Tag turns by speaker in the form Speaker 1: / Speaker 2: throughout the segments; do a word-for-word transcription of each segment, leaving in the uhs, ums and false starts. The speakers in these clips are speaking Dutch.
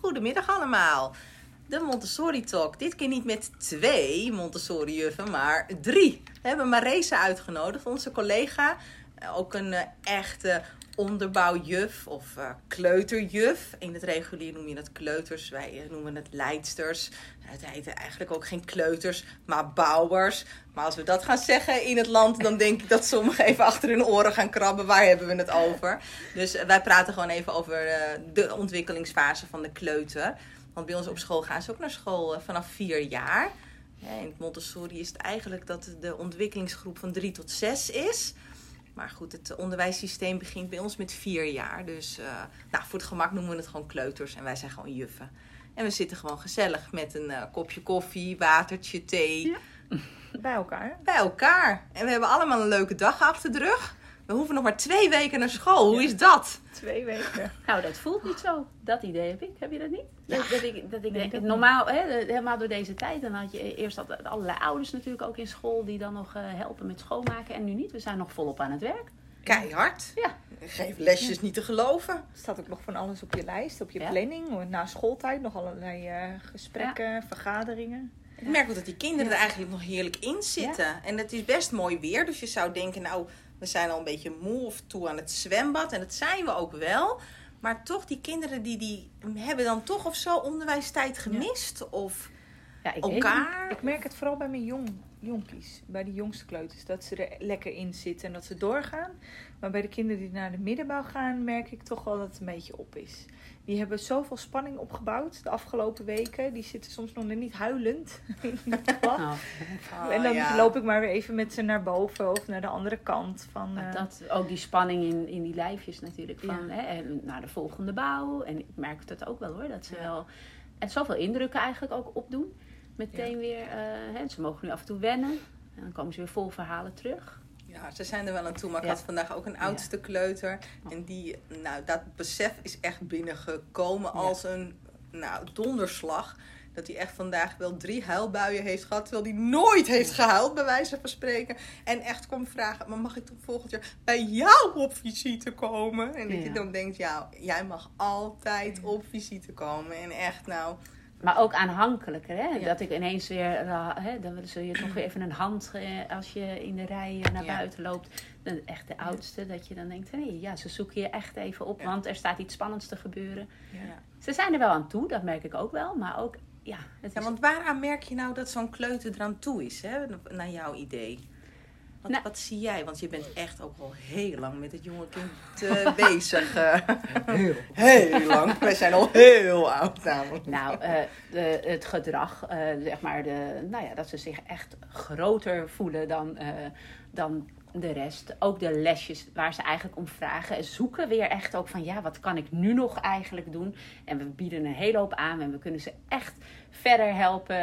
Speaker 1: Goedemiddag allemaal. De Montessori Talk. Dit keer niet met twee Montessori-juffen, maar drie. We hebben Maresa uitgenodigd, onze collega. Ook een uh, echte onderbouwjuf of uh, kleuterjuf. In het regulier noem je dat kleuters. Wij uh, noemen het leidsters. Het heten eigenlijk ook geen kleuters, maar bouwers. Maar als we dat gaan zeggen in het land, dan denk ik dat sommigen even achter hun oren gaan krabben. Waar hebben we het over? Dus uh, wij praten gewoon even over uh, de ontwikkelingsfase van de kleuter. Want bij ons op school gaan ze ook naar school uh, vanaf vier jaar. Ja, in het Montessori is het eigenlijk dat de ontwikkelingsgroep van drie tot zes is. Maar goed, het onderwijssysteem begint bij ons met vier jaar. Dus uh, nou, voor het gemak noemen we het gewoon kleuters. En wij zijn gewoon juffen. En we zitten gewoon gezellig met een uh, kopje koffie, watertje, thee.
Speaker 2: Ja, bij elkaar.
Speaker 1: Bij elkaar. En we hebben allemaal een leuke dag achter de rug. We hoeven nog maar twee weken naar school. Hoe
Speaker 2: ja.
Speaker 1: is dat?
Speaker 2: Twee weken.
Speaker 3: Nou, dat voelt niet zo. Dat idee heb ik. Heb je dat niet?
Speaker 1: Ja.
Speaker 3: Dat, dat ik, dat ik
Speaker 2: Nee,
Speaker 3: denk,
Speaker 2: dat
Speaker 3: normaal, hè, helemaal door deze tijd. Dan had je eerst altijd allerlei ouders natuurlijk ook in school. Die dan nog uh, helpen met schoonmaken. En nu niet. We zijn nog volop aan het werk.
Speaker 1: Keihard.
Speaker 3: Ja.
Speaker 1: Geef lesjes ja. niet te geloven.
Speaker 2: Er staat ook nog van alles op je lijst, op je
Speaker 3: ja.
Speaker 2: planning. Na schooltijd nog allerlei uh, gesprekken, ja. vergaderingen.
Speaker 1: Ik merk ook dat die kinderen ja. er eigenlijk nog heerlijk in zitten. Ja. En het is best mooi weer. Dus je zou denken, nou, we zijn al een beetje moe of toe aan het zwembad. En dat zijn we ook wel. Maar toch, die kinderen die, die hebben dan toch of zo onderwijstijd gemist. Ja. Of
Speaker 3: ja, ik
Speaker 1: elkaar.
Speaker 2: Ik merk het vooral bij mijn jong, jonkies. Bij de jongste kleuters. Dat ze er lekker in zitten en dat ze doorgaan. Maar bij de kinderen die naar de middenbouw gaan, merk ik toch wel dat het een beetje op is. Die hebben zoveel spanning opgebouwd de afgelopen weken. Die zitten soms nog niet huilend in de klas. Oh. Oh, en dan ja. loop ik maar weer even met ze naar boven of naar de andere kant. Van, uh...
Speaker 3: dat, ook die spanning in, in die lijfjes natuurlijk. Van,
Speaker 2: ja.
Speaker 3: hè, en naar de volgende bouw. En ik merk dat ook wel hoor. Dat ze ja. wel en zoveel indrukken eigenlijk ook opdoen. Meteen ja. weer. Uh, hè, ze mogen nu af en toe wennen. En dan komen ze weer vol verhalen terug.
Speaker 1: Ja, ze zijn er wel aan toe. Maar ik
Speaker 3: ja.
Speaker 1: had vandaag ook een oudste kleuter. En die, nou, dat besef is echt binnengekomen ja. als een nou, donderslag. Dat hij echt vandaag wel drie huilbuien heeft gehad. Terwijl hij nooit heeft gehuild, bij wijze van spreken. En echt komt vragen, maar mag ik toch volgend jaar bij jou op visite komen? En dat ja. je dan denkt, ja, jij mag altijd op visite komen. En echt nou...
Speaker 3: Maar ook aanhankelijker, hè?
Speaker 1: Ja.
Speaker 3: Dat ik ineens weer, uh, hè, dan zul je toch weer even een hand, uh, als je in de rij uh, naar ja. buiten loopt. Dan echt de oudste, ja. dat je dan denkt, nee, ja, ze zoeken je echt even op, ja. want er staat iets spannends te gebeuren.
Speaker 1: Ja.
Speaker 3: Ze zijn er wel aan toe, dat merk ik ook wel, maar ook, ja. Het
Speaker 1: ja
Speaker 3: is...
Speaker 1: Want waaraan merk je nou dat zo'n kleuter eraan toe is, hè? Naar jouw idee? Wat, nou, wat zie jij? Want je bent echt ook al heel lang met het jonge kind uh, bezig. Uh, heel. heel lang. Wij zijn al heel oud namelijk.
Speaker 3: Nou, uh, de, het gedrag, uh, zeg maar, de, nou ja, dat ze zich echt groter voelen dan, uh, dan de rest. Ook de lesjes waar ze eigenlijk om vragen. Zoeken weer echt ook van, ja, wat kan ik nu nog eigenlijk doen? En we bieden een hele hoop aan en we kunnen ze echt verder helpen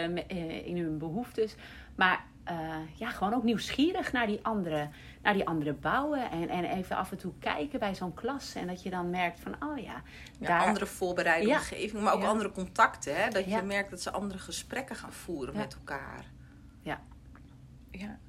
Speaker 3: uh, in hun behoeftes. Maar... Uh, ja, gewoon ook nieuwsgierig naar die andere, naar die andere bouwen. En, en even af en toe kijken bij zo'n klas. En dat je dan merkt van, oh ja.
Speaker 1: ja
Speaker 3: daar...
Speaker 1: andere voorbereide
Speaker 3: ja.
Speaker 1: omgeving. Maar ook
Speaker 3: ja.
Speaker 1: andere contacten. Hè? Dat je
Speaker 3: ja.
Speaker 1: merkt dat ze andere gesprekken gaan voeren
Speaker 3: ja.
Speaker 1: met elkaar.
Speaker 3: Ja.
Speaker 2: Ja.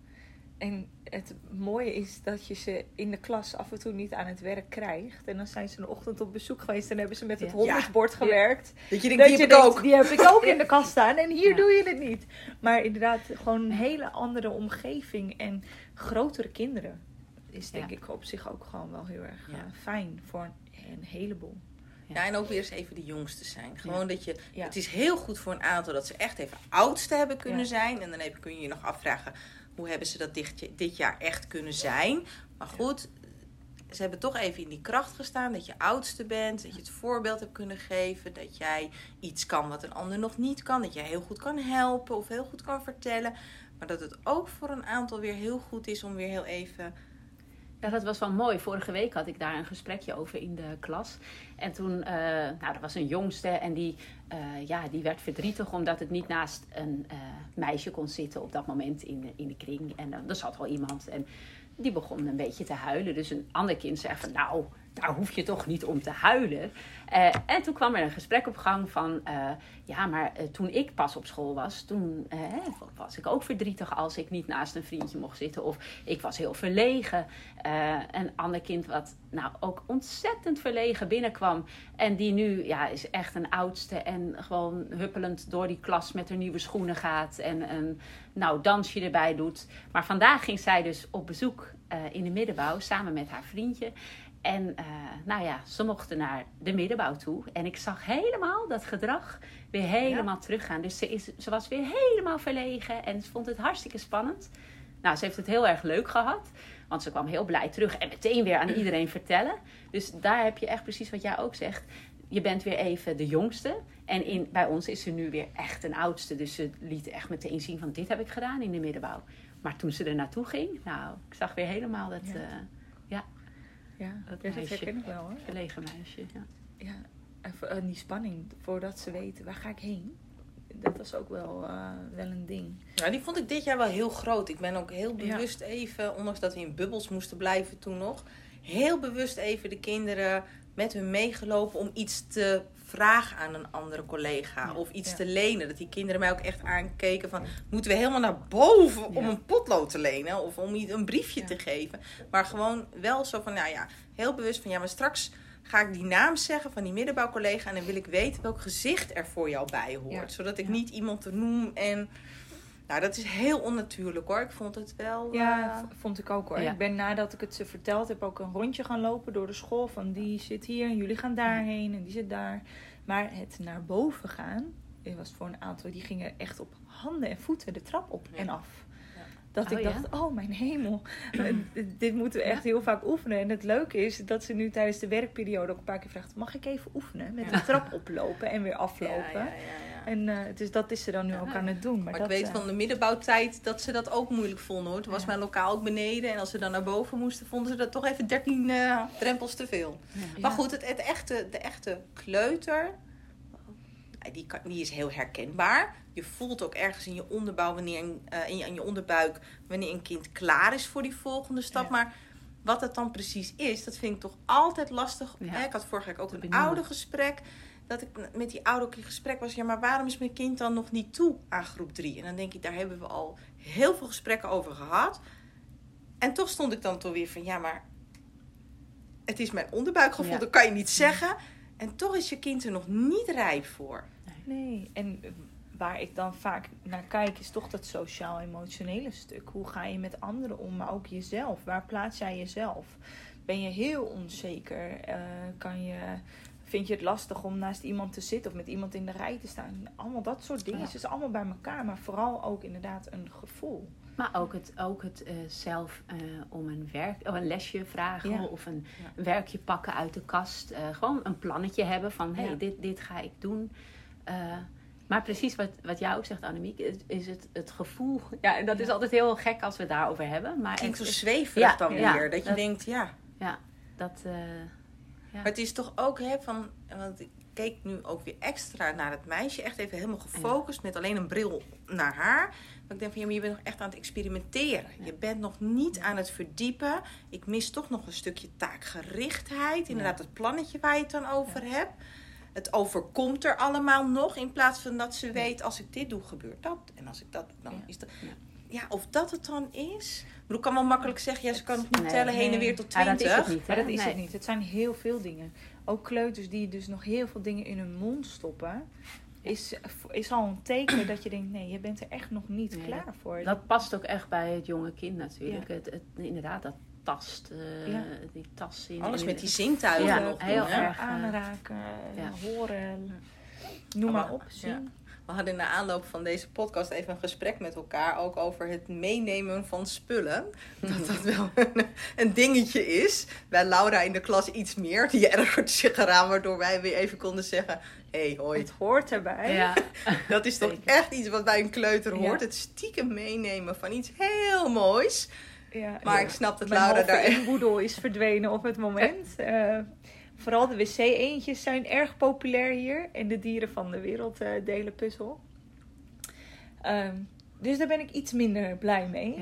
Speaker 2: En het mooie is dat je ze in de klas af en toe niet aan het werk krijgt. En dan zijn ze een ochtend op bezoek geweest en hebben ze met het ja. hondersbord ja. gewerkt.
Speaker 1: Dat je denkt, die
Speaker 2: dat
Speaker 1: heb
Speaker 2: je
Speaker 1: ik
Speaker 2: denkt,
Speaker 1: ook.
Speaker 2: Die heb ik ook in de kast staan en hier
Speaker 3: ja.
Speaker 2: doe je het niet. Maar inderdaad, gewoon een hele andere omgeving en grotere kinderen. Is denk ja. ik op zich ook gewoon wel heel erg ja. uh, fijn voor een, een heleboel.
Speaker 1: Ja. ja, en ook weer eens even de jongste zijn. Gewoon ja. dat je,
Speaker 2: ja.
Speaker 1: het is heel goed voor een aantal dat ze echt even oudste hebben kunnen
Speaker 2: ja.
Speaker 1: zijn. En dan even, kun je je nog afvragen, hoe hebben ze dat dit, dit jaar echt kunnen zijn? Maar goed, ja. ze hebben toch even in die kracht gestaan. Dat je oudste bent, dat je het voorbeeld hebt kunnen geven. Dat jij iets kan wat een ander nog niet kan. Dat jij heel goed kan helpen of heel goed kan vertellen. Maar dat het ook voor een aantal weer heel goed is om weer heel even...
Speaker 3: Ja, dat was wel mooi. Vorige week had ik daar een gesprekje over in de klas. En toen, uh, nou, er was een jongste en die, uh, ja, die werd verdrietig omdat het niet naast een uh, meisje kon zitten op dat moment in de, in de kring. En uh, er zat wel iemand en die begon een beetje te huilen. Dus een ander kind zei van, nou, daar hoef je toch niet om te huilen. Uh, en toen kwam er een gesprek op gang van... Uh, ja, maar uh, toen ik pas op school was... toen uh, was ik ook verdrietig als ik niet naast een vriendje mocht zitten. Of ik was heel verlegen. Uh, een ander kind wat nou ook ontzettend verlegen binnenkwam... en die nu ja, is echt een oudste... en gewoon huppelend door die klas met haar nieuwe schoenen gaat... en een nou, dansje erbij doet. Maar vandaag ging zij dus op bezoek uh, in de middenbouw... samen met haar vriendje... En uh, nou ja, ze mochten naar de middenbouw toe. En ik zag helemaal dat gedrag weer helemaal ja. teruggaan. Dus ze, is, ze was weer helemaal verlegen. En ze vond het hartstikke spannend. Nou, ze heeft het heel erg leuk gehad. Want ze kwam heel blij terug. En meteen weer aan iedereen vertellen. Dus daar heb je echt precies wat jij ook zegt. Je bent weer even de jongste. En in, bij ons is ze nu weer echt een oudste. Dus ze liet echt meteen zien van dit heb ik gedaan in de middenbouw. Maar toen ze er naartoe ging. Nou, ik zag weer helemaal dat... Ja. Uh, ja.
Speaker 2: Ja, dat, dat herken ik wel hoor.
Speaker 3: Verlegen meisje, ja.
Speaker 2: Ja, en, voor, en die spanning voordat ze weten, waar ga ik heen? Dat was ook wel, uh, wel een ding.
Speaker 1: Ja, die vond ik dit jaar wel heel groot. Ik ben ook heel bewust ja. even, ondanks dat we in bubbels moesten blijven toen nog... heel bewust even de kinderen met hun meegelopen om iets te vragen aan een andere collega. Ja. Of iets ja. te lenen. Dat die kinderen mij ook echt aankeken van... moeten we helemaal naar boven ja. om een potlood te lenen? Of om een briefje ja. te geven? Maar gewoon wel zo van, nou ja, heel bewust van... ja, maar straks ga ik die naam zeggen van die middenbouwcollega... en dan wil ik weten welk gezicht er voor jou bij hoort. Ja. Zodat ik ja. niet iemand te noem en... Nou, dat is heel onnatuurlijk hoor. Ik vond het wel...
Speaker 2: Ja,
Speaker 1: uh...
Speaker 2: vond ik ook hoor. Ja. Ik ben nadat ik het ze verteld heb ook een rondje gaan lopen door de school. Van die zit hier en jullie gaan daarheen en die zit daar. Maar het naar boven gaan, het was voor een aantal, die gingen echt op handen en voeten de trap op ja. en af. Ja. Dat oh, ik dacht, ja? oh mijn hemel, dit moeten we echt heel vaak oefenen. En het leuke is dat ze nu tijdens de werkperiode ook een paar keer vraagt... mag ik even oefenen met ja. de trap oplopen en weer aflopen? Ja, ja, ja, ja. En uh, dus dat is ze dan nu ja. ook aan het doen. Maar,
Speaker 1: maar
Speaker 2: dat,
Speaker 1: ik weet uh, van de middenbouwtijd dat ze dat ook moeilijk vonden hoor. Toen was ja. mijn lokaal ook beneden. En als ze dan naar boven moesten, vonden ze dat toch even dertien uh, drempels te veel. Ja. Maar goed, het, het echte, de echte kleuter... Die, kan, die is heel herkenbaar. Je voelt ook ergens in je onderbouw, wanneer een, uh, in, je, in je onderbuik, wanneer een kind klaar is voor die volgende stap. Ja. Maar wat het dan precies is, dat vind ik toch altijd lastig. Ja. Hè? Ik had vorige week ook een oudergesprek. Dat ik met die ouder in gesprek was. Ja, maar waarom is mijn kind dan nog niet toe aan groep drie? En dan denk ik, daar hebben we al heel veel gesprekken over gehad. En toch stond ik dan toch weer van, ja, maar het is mijn onderbuikgevoel, ja. dat kan je niet zeggen. En toch is je kind er nog niet rijp voor.
Speaker 2: Nee, en waar ik dan vaak naar kijk is toch dat sociaal-emotionele stuk. Hoe ga je met anderen om, maar ook jezelf? Waar plaats jij jezelf? Ben je heel onzeker? Uh, kan je, vind je het lastig om naast iemand te zitten of met iemand in de rij te staan? Allemaal dat soort dingen. Ja. Het is allemaal bij elkaar, maar vooral ook inderdaad een gevoel.
Speaker 3: Maar ook het, ook het uh, zelf uh, om een, werk, of een lesje vragen ja. of een ja. werkje pakken uit de kast. Uh, gewoon een plannetje hebben van, hé, hey, ja. dit, dit ga ik doen. Uh, maar precies wat, wat jij ook zegt, Annemiek, is, is het, het gevoel. Ja, en dat ja. is altijd heel gek als we het daarover hebben. Maar
Speaker 1: het klinkt zo zweverig
Speaker 3: ja,
Speaker 1: dan
Speaker 3: ja,
Speaker 1: weer. Dat je
Speaker 3: dat,
Speaker 1: denkt, ja.
Speaker 3: Ja, dat... Uh, ja.
Speaker 1: Maar het is toch ook, hè, van... Want ik keek nu ook weer extra naar het meisje. Echt even helemaal gefocust. Ja. Met alleen een bril naar haar. Maar ik denk van, ja, maar je bent nog echt aan het experimenteren. Ja. Je bent nog niet ja. aan het verdiepen. Ik mis toch nog een stukje taakgerichtheid. Inderdaad, ja. het plannetje waar je het dan over ja. hebt. Het overkomt er allemaal nog. In plaats van dat ze ja. weet, als ik dit doe, gebeurt dat. En als ik dat doe, dan ja. is dat... Ja. Ja, of dat het dan is. Ik bedoel, ik kan wel makkelijk zeggen, ja, ze kan nog niet nee, tellen nee. heen en weer tot twintig.
Speaker 2: Ja, dat is het niet. Maar dat is nee. het niet. Het zijn heel veel dingen. Ook kleuters die dus nog heel veel dingen in hun mond stoppen. Is, is al een teken dat je denkt, nee, je bent er echt nog niet nee, klaar voor.
Speaker 3: Dat past ook echt bij het jonge kind natuurlijk. Ja. Het, het, inderdaad, dat tast, uh, ja. die tas in.
Speaker 1: Alles
Speaker 3: in,
Speaker 1: met die zintuigen.
Speaker 3: Ja,
Speaker 1: nog
Speaker 3: heel
Speaker 1: doen,
Speaker 3: erg.
Speaker 2: Aanraken, ja. horen, noem maar op, zien. Ja.
Speaker 1: We hadden in de aanloop van deze podcast even een gesprek met elkaar. Ook over het meenemen van spullen. Dat dat wel een, een dingetje is. Bij Laura in de klas iets meer. Die ergert zich eraan. Waardoor wij weer even konden zeggen. Hé, hey, hoi.
Speaker 2: Het hoort erbij.
Speaker 3: Ja.
Speaker 1: Dat is toch echt iets wat bij een kleuter hoort. Ja. Het stiekem meenemen van iets heel moois. Ja, maar ja. ik snap dat
Speaker 2: Mijn
Speaker 1: Laura daar...
Speaker 2: Mijn boedel is verdwenen op het moment. Uh, Vooral de wc-eendjes zijn erg populair hier. En de dieren van de wereld uh, delen puzzel. Um, dus daar ben ik iets minder blij mee. Ja.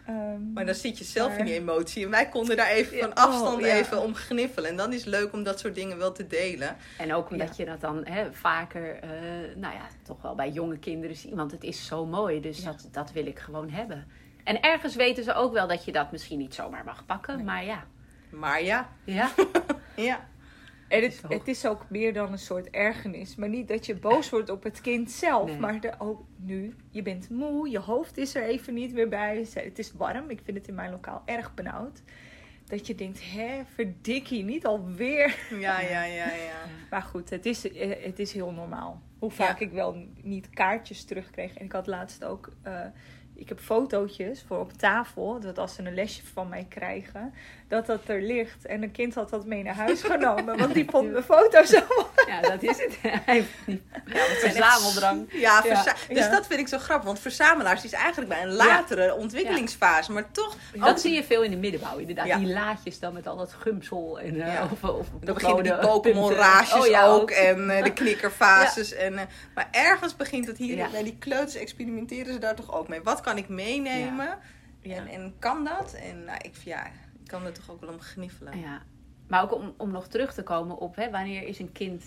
Speaker 2: Um,
Speaker 1: Maar dan zit je zelf
Speaker 2: maar...
Speaker 1: in die emotie. En wij konden daar even van
Speaker 2: Ja,
Speaker 1: afstand
Speaker 2: oh, ja.
Speaker 1: even om gniffelen. En dan is het leuk om dat soort dingen wel te delen.
Speaker 3: En ook omdat
Speaker 2: Ja.
Speaker 3: je dat dan hè, vaker, uh, nou ja, toch wel bij jonge kinderen ziet. Want het is zo mooi, dus
Speaker 2: Ja.
Speaker 3: dat, dat wil ik gewoon hebben. En ergens weten ze ook wel dat je dat misschien niet zomaar mag pakken.
Speaker 2: Nee.
Speaker 3: Maar ja.
Speaker 1: Maar ja,
Speaker 3: Ja.
Speaker 1: ja.
Speaker 2: En het,
Speaker 3: Zo.
Speaker 2: het is ook meer dan een soort ergernis. Maar niet dat je boos wordt op het kind zelf.
Speaker 3: Nee.
Speaker 2: Maar de, ook nu, je bent moe, je hoofd is er even niet meer bij. Het is warm, ik vind het in mijn lokaal erg benauwd. Dat je denkt, hè, verdikkie, niet alweer.
Speaker 1: Ja, ja, ja, ja.
Speaker 2: Maar goed, het is, eh, het is heel normaal. Hoe vaak
Speaker 1: Ja.
Speaker 2: ik wel niet kaartjes terugkreeg. En ik had laatst ook... Uh, ik heb fotootjes voor op tafel. Dat als ze een lesje van mij krijgen... dat dat er ligt. En een kind had dat mee naar huis genomen. Want die vond mijn foto zo mooi.
Speaker 3: Ja, dat is het. Hij heeft die verzameldrang.
Speaker 1: Ja,
Speaker 2: Ja.
Speaker 1: verza- dus
Speaker 2: Ja.
Speaker 1: dat vind ik zo grappig. Want verzamelaars is eigenlijk bij een latere ontwikkelingsfase. Maar toch...
Speaker 3: Dat
Speaker 1: ook-
Speaker 3: zie je veel in de middenbouw, inderdaad.
Speaker 1: Ja.
Speaker 3: Die laadjes dan met al dat gumsel en uh,
Speaker 1: Ja.
Speaker 3: of, of
Speaker 1: Dan beginnen die
Speaker 3: potloden,
Speaker 1: Pokémon-rages
Speaker 3: punten. Oh, ja,
Speaker 1: ook. En uh, de knikkerfases. En, uh, maar ergens begint het hier.
Speaker 3: Ja.
Speaker 1: Bij die kleuters experimenteren ze daar toch ook mee. Wat kan ik meenemen?
Speaker 2: Ja.
Speaker 1: En, en kan dat? En nou, ik, ja, ik kan er toch ook wel om gniffelen.
Speaker 3: Ja. Maar ook om, om nog terug te komen op hè, wanneer is een kind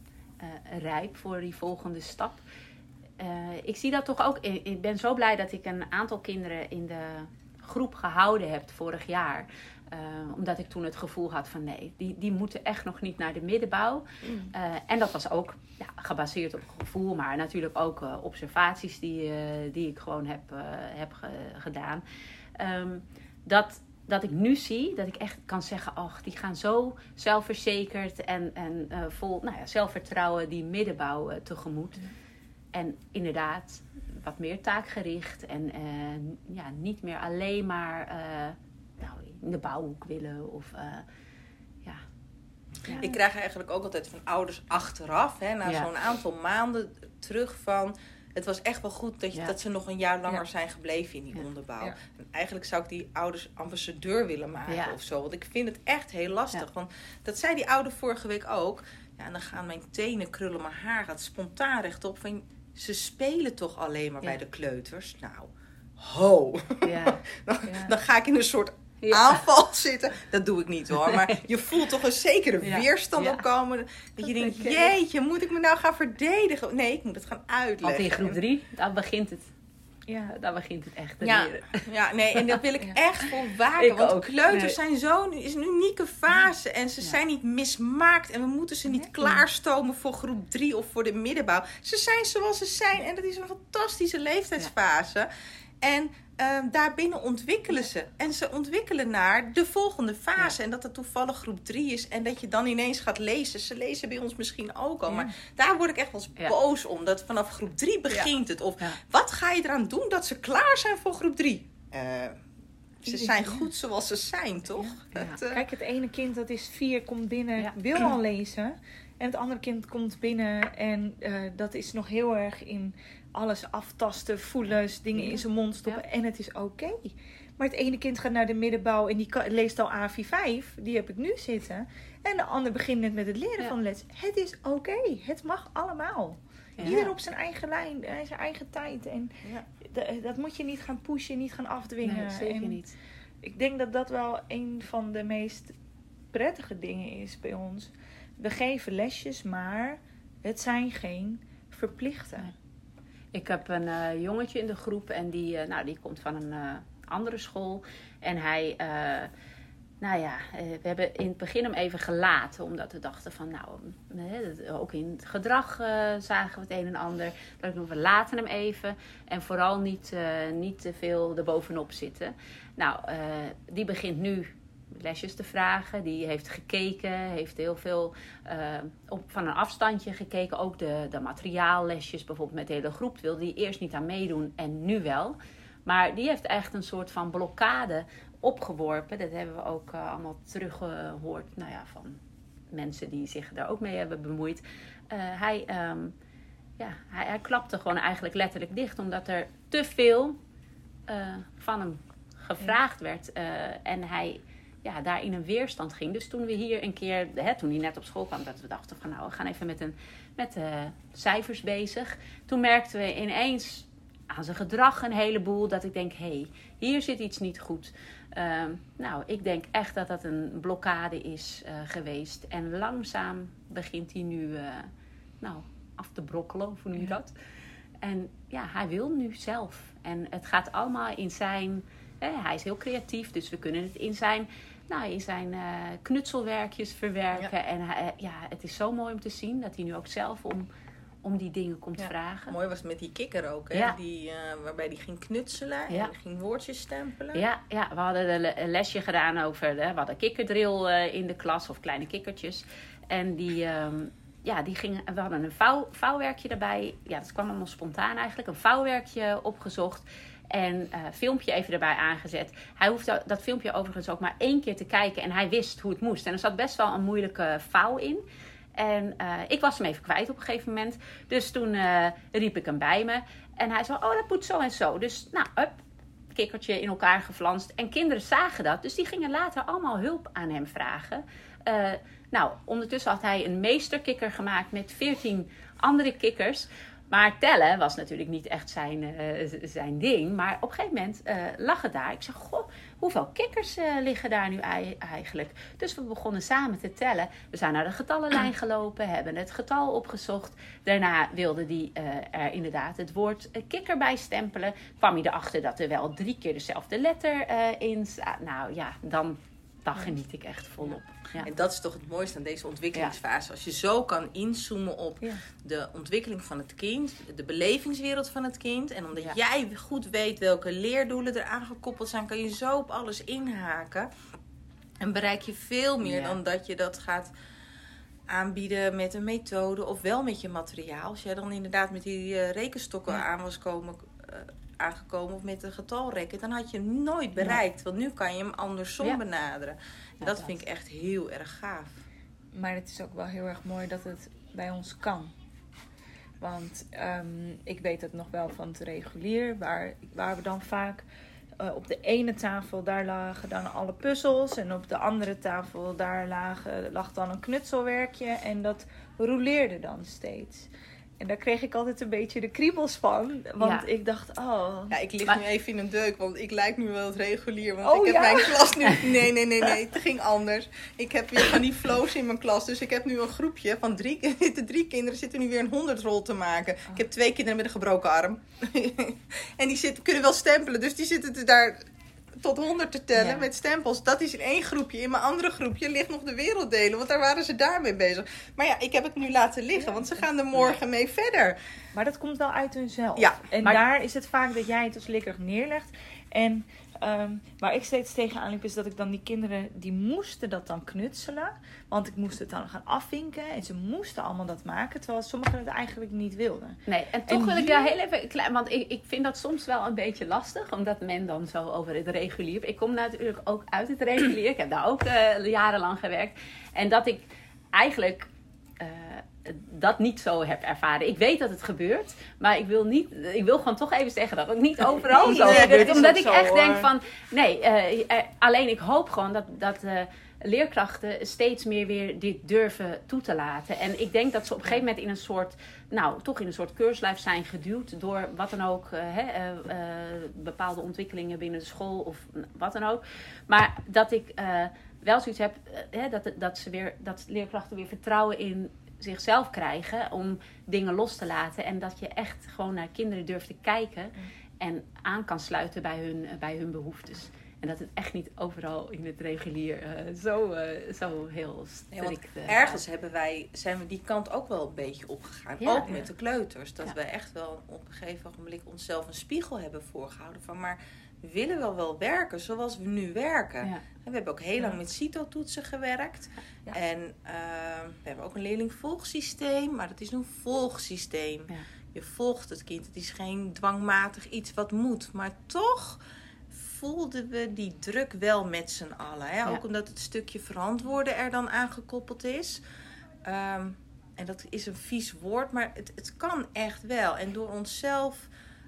Speaker 3: uh, rijp voor die volgende stap. Uh, ik zie dat toch ook. Ik ben zo blij dat ik een aantal kinderen in de groep gehouden heb vorig jaar. Uh, omdat ik toen het gevoel had van nee, die, die moeten echt nog niet naar de middenbouw.
Speaker 2: Mm.
Speaker 3: Uh, en dat was ook ja, gebaseerd op gevoel, maar natuurlijk ook uh, observaties die, uh, die ik gewoon heb, uh, heb ge- gedaan. Um, dat, dat ik nu zie, dat ik echt kan zeggen, ach, die gaan zo zelfverzekerd en, en uh, vol nou ja, zelfvertrouwen die middenbouw uh, tegemoet. Mm. En inderdaad, wat meer taakgericht en uh, ja, niet meer alleen maar... Uh, nou, in de bouwhoek willen of uh, ja. ja.
Speaker 1: Ik krijg eigenlijk ook altijd van ouders achteraf, hè, na
Speaker 3: ja.
Speaker 1: zo'n aantal maanden terug van... Het was echt wel goed dat, je,
Speaker 3: ja.
Speaker 1: dat ze nog een jaar langer
Speaker 2: Ja.
Speaker 1: zijn gebleven in die
Speaker 3: Ja.
Speaker 1: onderbouw.
Speaker 2: Ja.
Speaker 1: En eigenlijk zou ik die ouders ambassadeur willen maken
Speaker 3: Ja.
Speaker 1: of zo. Want ik vind het echt heel lastig.
Speaker 3: Ja.
Speaker 1: Want dat zei die ouder vorige week ook. Ja, en dan gaan mijn tenen krullen, mijn haar gaat spontaan rechtop. Van, ze spelen toch alleen maar
Speaker 3: Ja.
Speaker 1: bij de kleuters? Nou, ho.
Speaker 3: Ja.
Speaker 1: dan,
Speaker 2: Ja.
Speaker 1: dan ga ik in een soort...
Speaker 3: Ja.
Speaker 1: aanval zitten. Dat doe ik niet hoor. Maar je voelt toch een zekere
Speaker 3: Ja.
Speaker 1: weerstand
Speaker 3: Ja.
Speaker 1: opkomen. Dat,
Speaker 2: Dat
Speaker 1: je denkt,
Speaker 2: herken ik.
Speaker 1: jeetje, moet ik me nou gaan verdedigen? Nee, ik moet het gaan uitleggen.
Speaker 3: Want in groep drie, daar begint het.
Speaker 2: Ja.
Speaker 3: Daar begint het echt te
Speaker 1: Ja,
Speaker 3: leren.
Speaker 1: ja, nee, en dat wil ik
Speaker 2: Ja.
Speaker 1: echt voor waken.
Speaker 3: Ik
Speaker 1: Want
Speaker 3: ook.
Speaker 1: kleuters
Speaker 3: Nee.
Speaker 1: zijn zo'n is een unieke fase. En ze
Speaker 3: Ja.
Speaker 1: zijn niet mismaakt. En we moeten ze niet
Speaker 2: Nee.
Speaker 1: klaarstomen voor groep drie of voor de middenbouw. Ze zijn zoals ze zijn. En dat is een fantastische leeftijdsfase. En uh, daarbinnen ontwikkelen ze. En ze ontwikkelen naar de volgende fase.
Speaker 3: Ja.
Speaker 1: En dat het toevallig groep drie is. En dat je dan ineens gaat lezen. Ze lezen bij ons misschien ook al.
Speaker 2: Ja.
Speaker 1: Maar daar word ik echt wel eens
Speaker 3: Ja.
Speaker 1: boos om. Dat vanaf groep drie begint het. Of
Speaker 3: Ja.
Speaker 1: wat ga je eraan doen dat ze klaar zijn voor groep drie? Uh, ze zijn
Speaker 2: Ja.
Speaker 1: goed zoals ze zijn, toch?
Speaker 3: Ja.
Speaker 1: Het, uh,
Speaker 2: Kijk, het ene kind dat is vier, komt binnen,
Speaker 3: Ja.
Speaker 2: wil al lezen. En het andere kind komt binnen en uh, dat is nog heel erg in alles aftasten, voelen, dingen
Speaker 3: Ja.
Speaker 2: in zijn mond stoppen.
Speaker 3: Ja.
Speaker 2: En het is oké. Okay. Maar het ene kind gaat naar de middenbouw en die ka- leest al A vier vijf. Die heb ik nu zitten. En de ander begint net met het leren
Speaker 3: Ja.
Speaker 2: van de les. Het is oké. Okay. Het mag allemaal.
Speaker 3: Ja.
Speaker 2: Ieder op zijn eigen lijn, eh, zijn eigen tijd. En
Speaker 1: ja.
Speaker 2: d- dat moet je niet gaan pushen, niet gaan afdwingen.
Speaker 3: Nee, zeker
Speaker 2: en
Speaker 3: niet.
Speaker 2: Ik denk dat dat wel een van de meest prettige dingen is bij ons. We geven lesjes, maar het zijn geen verplichte.
Speaker 3: Nee. Ik heb een uh, jongetje in de groep en die, uh, nou, die komt van een uh, andere school. En hij, uh, nou ja, uh, we hebben in het begin hem even gelaten. Omdat we dachten van, nou, uh, ook in het gedrag uh, zagen we het een en ander. Dat we laten hem even. En vooral niet, uh, niet te veel erbovenop zitten. Nou, uh, die begint nu lesjes te vragen. Die heeft gekeken, heeft heel veel uh, op, van een afstandje gekeken. Ook de, de materiaallesjes, bijvoorbeeld met de hele groep, wilde die eerst niet aan meedoen en nu wel. Maar die heeft echt een soort van blokkade opgeworpen. Dat hebben we ook uh, allemaal teruggehoord nou ja, van mensen die zich daar ook mee hebben bemoeid. Uh, hij, um, ja, hij, hij klapte gewoon eigenlijk letterlijk dicht, omdat er te veel uh, van hem gevraagd werd. Uh, en hij ja, daar in een weerstand ging. Dus toen we hier een keer, hè, toen hij net op school kwam, dat we dachten van nou, we gaan even met, een, met uh, cijfers bezig. Toen merkten we ineens aan zijn gedrag een heleboel. Dat ik denk, hé, hey, hier zit iets niet goed. Uh, nou, ik denk echt dat dat een blokkade is uh, geweest. En langzaam begint hij nu uh, nou, af te brokkelen, of hoe noem je dat? En ja, hij wil nu zelf. En het gaat allemaal in zijn... Eh, hij is heel creatief, dus we kunnen het in zijn... Nou, in zijn uh, knutselwerkjes verwerken. Ja. En hij, ja, het is zo mooi om te zien dat hij nu ook zelf om, om die dingen komt
Speaker 1: ja.
Speaker 3: vragen.
Speaker 1: Mooi was het met die kikker ook, hè?
Speaker 3: Ja.
Speaker 1: Die, uh, waarbij hij ging knutselen
Speaker 3: ja.
Speaker 1: en ging woordjes stempelen.
Speaker 3: Ja, ja, we hadden een lesje gedaan over... De, we hadden kikkerdrill uh, in de klas, of kleine kikkertjes. En die... Um, Ja, die ging, we hadden een vouw, vouwwerkje erbij. Ja, dat kwam allemaal spontaan eigenlijk. Een vouwwerkje opgezocht. En uh, filmpje even erbij aangezet. Hij hoefde dat filmpje overigens ook maar één keer te kijken. En hij wist hoe het moest. En er zat best wel een moeilijke vouw in. En uh, ik was hem even kwijt op een gegeven moment. Dus toen uh, riep ik hem bij me. En hij zei, oh, dat moet zo en zo. Dus nou, up, kikkertje in elkaar geflanst. En kinderen zagen dat. Dus die gingen later allemaal hulp aan hem vragen. Uh, nou, ondertussen had hij een meesterkikker gemaakt met veertien andere kikkers. Maar tellen was natuurlijk niet echt zijn, uh, zijn ding. Maar op een gegeven moment uh, lag het daar. Ik zei, goh, hoeveel kikkers uh, liggen daar nu eigenlijk? Dus we begonnen samen te tellen. We zijn naar de getallenlijn gelopen, hebben het getal opgezocht. Daarna wilde hij uh, er inderdaad het woord uh, kikker bij stempelen. Kwam hij erachter dat er wel drie keer dezelfde letter uh, in staat. Nou ja, dan... Dan geniet ik echt volop. Ja.
Speaker 1: En dat is toch het mooiste aan deze ontwikkelingsfase. Ja. Als je zo kan inzoomen op ja. de ontwikkeling van het kind. De belevingswereld van het kind. En omdat ja. jij goed weet welke leerdoelen er aangekoppeld zijn. Kan je zo op alles inhaken. En bereik je veel meer ja. dan dat je dat gaat aanbieden met een methode. Of wel met je materiaal. Als jij dan inderdaad met die uh, rekenstokken ja. aan was komen... Uh, aangekomen of met een getalrekken, dan had je hem nooit bereikt. Want nu kan je hem andersom ja. benaderen. En ja, dat, dat vind ik echt heel erg gaaf.
Speaker 2: Maar het is ook wel heel erg mooi dat het bij ons kan. Want um, ik weet het nog wel van het regulier, waar, waar we dan vaak uh, op de ene tafel, daar lagen dan alle puzzels. En op de andere tafel, daar lagen, lag dan een knutselwerkje. En dat rouleerde dan steeds. En daar kreeg ik altijd een beetje de kriebels van. Want ja. ik dacht, oh...
Speaker 1: Ja, ik lig maar... nu even in een deuk, want ik lijk nu wel het regulier. Want
Speaker 2: oh,
Speaker 1: ik heb
Speaker 2: ja?
Speaker 1: mijn klas nu... Nee, nee, nee, nee. Het ging anders. Ik heb weer van die flows in mijn klas. Dus ik heb nu een groepje van drie... De drie kinderen zitten nu weer een honderdrol te maken. Oh. Ik heb twee kinderen met een gebroken arm. En die zitten, kunnen wel stempelen. Dus die zitten daar... tot honderd te tellen ja. met stempels. Dat is in één groepje. In mijn andere groepje ligt nog de werelddelen. Want daar waren ze daarmee bezig. Maar ja, ik heb het nu laten liggen. Ja. Want ze gaan er morgen ja. mee verder.
Speaker 2: Maar dat komt wel uit hunzelf.
Speaker 1: Ja,
Speaker 2: en
Speaker 1: maar...
Speaker 2: daar is het vaak dat jij het als lekker neerlegt. En um, waar ik steeds tegenaan liep is dat ik dan die kinderen... die moesten dat dan knutselen. Want ik moest het dan gaan afvinken. En ze moesten allemaal dat maken. Terwijl sommigen het eigenlijk niet wilden.
Speaker 3: Nee, en toch en wil hier... ik daar heel even... Klein, want ik, ik vind dat soms wel een beetje lastig. Omdat men dan zo over het regulier... Ik kom natuurlijk ook uit het regulier. Ik heb daar ook uh, jarenlang gewerkt. En dat ik eigenlijk... Uh, dat niet zo heb ervaren. Ik weet dat het gebeurt, maar ik wil niet. Ik wil gewoon toch even zeggen dat het niet overal nee, zo nee, gebeurt. Omdat ik zo, echt hoor. denk van, nee, uh, uh, alleen ik hoop gewoon dat, dat uh, leerkrachten steeds meer weer dit durven toe te laten. En ik denk dat ze op een gegeven moment in een soort, nou, toch in een soort keurslijf zijn geduwd door wat dan ook, uh, hè, uh, uh, bepaalde ontwikkelingen binnen de school of wat dan ook. Maar dat ik uh, wel zoiets heb, uh, hè, dat, dat ze weer, dat leerkrachten weer vertrouwen in zichzelf krijgen om dingen los te laten. En dat je echt gewoon naar kinderen durft te kijken mm. en aan kan sluiten bij hun, bij hun behoeftes. En dat het echt niet overal in het regulier uh, zo, uh, zo heel strikt...
Speaker 1: Ja, uh, ergens hebben wij, zijn we die kant ook wel een beetje opgegaan. Ja, ook ja. met de kleuters. Dat ja. wij echt wel op een gegeven moment onszelf een spiegel hebben voorgehouden van, maar we willen wel wel werken zoals we nu werken. Ja. We hebben ook heel lang ja. met CITO-toetsen gewerkt. Ja. En uh, we hebben ook een leerlingvolgsysteem, maar het is een volgsysteem. Ja. Je volgt het kind. Het is geen dwangmatig iets wat moet. Maar toch voelden we die druk wel met z'n allen. Hè? Ja. Ook omdat het stukje verantwoorden er dan aangekoppeld is. Um, en dat is een vies woord, maar het, het kan echt wel. En door onszelf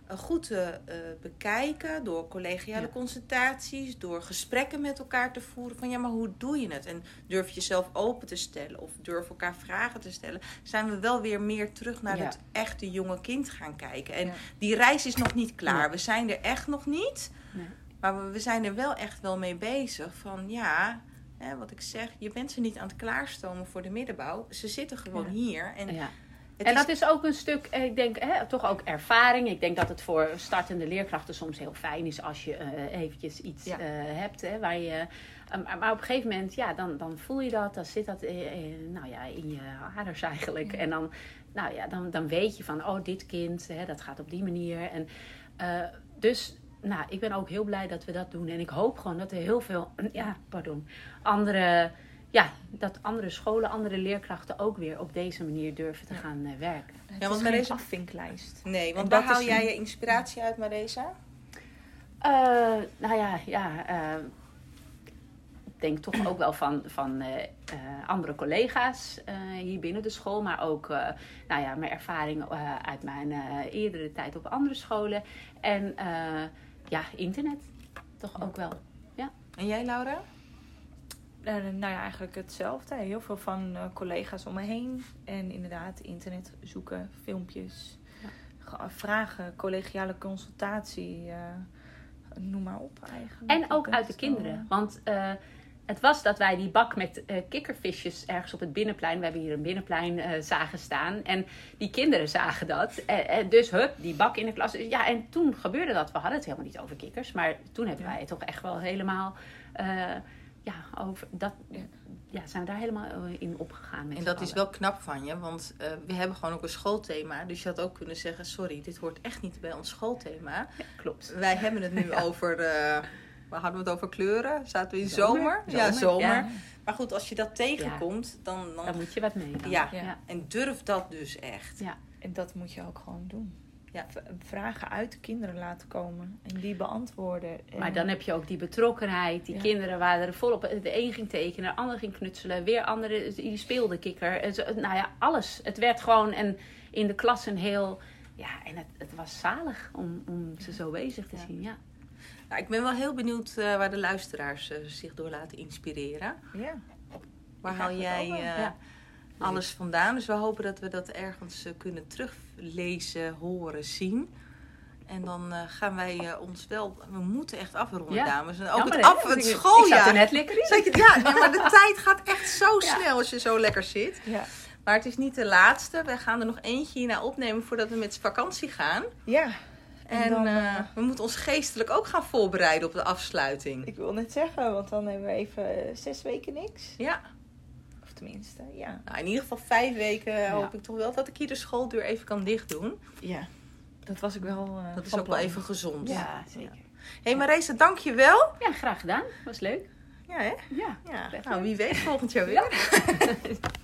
Speaker 1: uh, goed te uh, bekijken door collegiale
Speaker 3: Ja.
Speaker 1: consultaties, door gesprekken met elkaar te voeren van ja, maar hoe doe je het? En durf je jezelf open te stellen of durf elkaar vragen te stellen, zijn we wel weer meer terug naar
Speaker 3: Ja.
Speaker 1: het echte jonge kind gaan kijken. En
Speaker 2: Ja.
Speaker 1: die reis is nog niet klaar.
Speaker 3: Nee.
Speaker 1: We zijn er echt nog niet.
Speaker 3: Nee.
Speaker 1: Maar we, we zijn er wel echt wel mee bezig van ja, hè, wat ik zeg, je bent ze niet aan het klaarstomen voor de middenbouw. Ze zitten gewoon
Speaker 2: Ja.
Speaker 1: hier. En,
Speaker 3: Ja.
Speaker 1: het
Speaker 3: En
Speaker 1: is-
Speaker 3: dat is ook een stuk, eh, ik denk, hè, toch ook ervaring. Ik denk dat het voor startende leerkrachten soms heel fijn is als je uh, eventjes iets
Speaker 2: Ja.
Speaker 3: uh, hebt hè, waar je. Um, maar op een gegeven moment, ja, dan, dan voel je dat, dan zit dat uh, uh, nou ja, in je aders eigenlijk.
Speaker 2: Ja.
Speaker 3: En dan, nou ja, dan, dan weet je van, oh, dit kind, hè, dat gaat op die manier. En uh, dus. Nou, ik ben ook heel blij dat we dat doen. En ik hoop gewoon dat er heel veel, ja, pardon, andere, ja, dat andere scholen, andere leerkrachten ook weer op deze manier durven te
Speaker 2: Ja.
Speaker 3: gaan uh, werken.
Speaker 2: Het
Speaker 1: Ja, want
Speaker 2: is
Speaker 1: bij
Speaker 2: geen
Speaker 1: deze-
Speaker 2: afvinklijst.
Speaker 1: Nee, want
Speaker 2: En
Speaker 1: waar
Speaker 2: dat
Speaker 1: haal
Speaker 2: is
Speaker 1: jij
Speaker 2: een-
Speaker 1: je inspiratie uit, Maresa?
Speaker 3: Uh, nou ja, ja uh, ik denk toch ook wel van, van uh, uh, andere collega's uh, hier binnen de school. Maar ook uh, nou ja, mijn ervaring uh, uit mijn uh, eerdere tijd op andere scholen. En uh, ja, internet toch ook wel.
Speaker 1: En jij, Laura?
Speaker 2: Uh, nou ja, eigenlijk hetzelfde. Heel veel van uh, collega's om me heen. En inderdaad, internet zoeken, filmpjes,
Speaker 3: Ja.
Speaker 2: ge- vragen, collegiale consultatie. Uh, noem maar op eigenlijk.
Speaker 3: En ook
Speaker 2: Dat
Speaker 3: uit de
Speaker 2: is
Speaker 3: kinderen.
Speaker 2: wel,
Speaker 3: Want uh, het was dat wij die bak met uh, kikkervisjes ergens op het binnenplein. We hebben hier een binnenplein uh, zagen staan. En die kinderen zagen dat. Uh, uh, dus hup, die bak in de klas. Ja, en toen gebeurde dat. We hadden het helemaal niet over kikkers. Maar toen hebben
Speaker 2: Ja.
Speaker 3: wij het toch echt wel helemaal... Uh, ja, over dat,
Speaker 2: Ja.
Speaker 3: ja, zijn we daar helemaal in opgegaan. Met
Speaker 1: En
Speaker 3: z'n
Speaker 1: dat is
Speaker 3: allen.
Speaker 1: wel knap van je, want uh, we hebben gewoon ook een schoolthema. Dus je had ook kunnen zeggen, sorry, dit hoort echt niet bij ons schoolthema.
Speaker 3: Ja, klopt.
Speaker 1: Wij hebben het nu
Speaker 3: Ja.
Speaker 1: over, uh, waar hadden we het over kleuren? Zaten we in
Speaker 3: Zomer.
Speaker 1: zomer?
Speaker 3: Zomer,
Speaker 1: Ja, zomer.
Speaker 3: ja.
Speaker 1: Maar goed, als je dat tegenkomt, dan... dan
Speaker 3: Daar moet je wat mee dan.
Speaker 1: ja.
Speaker 2: Ja.
Speaker 1: En durf dat dus echt.
Speaker 3: Ja.
Speaker 2: En dat moet je ook gewoon doen.
Speaker 1: Ja.
Speaker 2: V- Vragen uit de kinderen laten komen. En die beantwoorden. En
Speaker 3: Maar dan heb je ook die betrokkenheid. Die
Speaker 2: Ja.
Speaker 3: kinderen waren er volop. De een ging tekenen, de ander ging knutselen. Weer andere, die speelde kikker. En zo, nou ja, alles. Het werd gewoon en in de klas een heel... Ja, en het, het was zalig om, om ze zo bezig te
Speaker 1: Ja.
Speaker 3: zien. Ja.
Speaker 1: Nou, ik ben wel heel benieuwd uh, waar de luisteraars uh, zich door laten inspireren.
Speaker 2: Ja.
Speaker 1: Waar
Speaker 2: Ik
Speaker 1: haal
Speaker 2: eigenlijk
Speaker 1: jij
Speaker 2: ook wel.
Speaker 1: uh,
Speaker 3: Ja.
Speaker 1: alles vandaan? Dus we hopen dat we dat ergens uh, kunnen teruglezen, horen, zien. En dan uh, gaan wij uh, ons wel... We moeten echt afronden,
Speaker 3: Ja.
Speaker 1: dames. En ook
Speaker 3: Jammer,
Speaker 1: het,
Speaker 3: hè?
Speaker 1: af, het
Speaker 3: Ik- Ik zat
Speaker 1: schooljaar.
Speaker 3: er net lekker in.
Speaker 1: Zat je- ja, nee, maar de tijd gaat echt zo
Speaker 3: Ja.
Speaker 1: snel als je zo lekker zit.
Speaker 2: Ja.
Speaker 1: Maar het is niet de laatste. We gaan er nog eentje hierna opnemen voordat we met vakantie gaan.
Speaker 2: Ja. En
Speaker 1: En
Speaker 2: dan,
Speaker 1: uh,
Speaker 2: uh,
Speaker 1: we moeten ons geestelijk ook gaan voorbereiden op de afsluiting.
Speaker 2: Ik wil net zeggen, want dan hebben we even uh, zes weken niks.
Speaker 1: Ja,
Speaker 2: Of tenminste, ja.
Speaker 1: nou, in ieder geval vijf weken
Speaker 3: Ja.
Speaker 1: hoop ik toch wel dat ik hier de schooldeur even kan dichtdoen.
Speaker 2: Ja. Dat was ik wel uh,
Speaker 1: Dat is
Speaker 2: van
Speaker 1: ook wel
Speaker 2: plan.
Speaker 1: even gezond.
Speaker 2: Ja.
Speaker 3: Ja, zeker.
Speaker 1: Hé hey Maresa, dank je wel.
Speaker 3: Ja, graag gedaan. Was leuk.
Speaker 1: Ja, hè?
Speaker 3: Ja.
Speaker 1: Ja.
Speaker 3: Echt
Speaker 1: Nou,
Speaker 3: leuk.
Speaker 1: wie weet volgend jaar weer.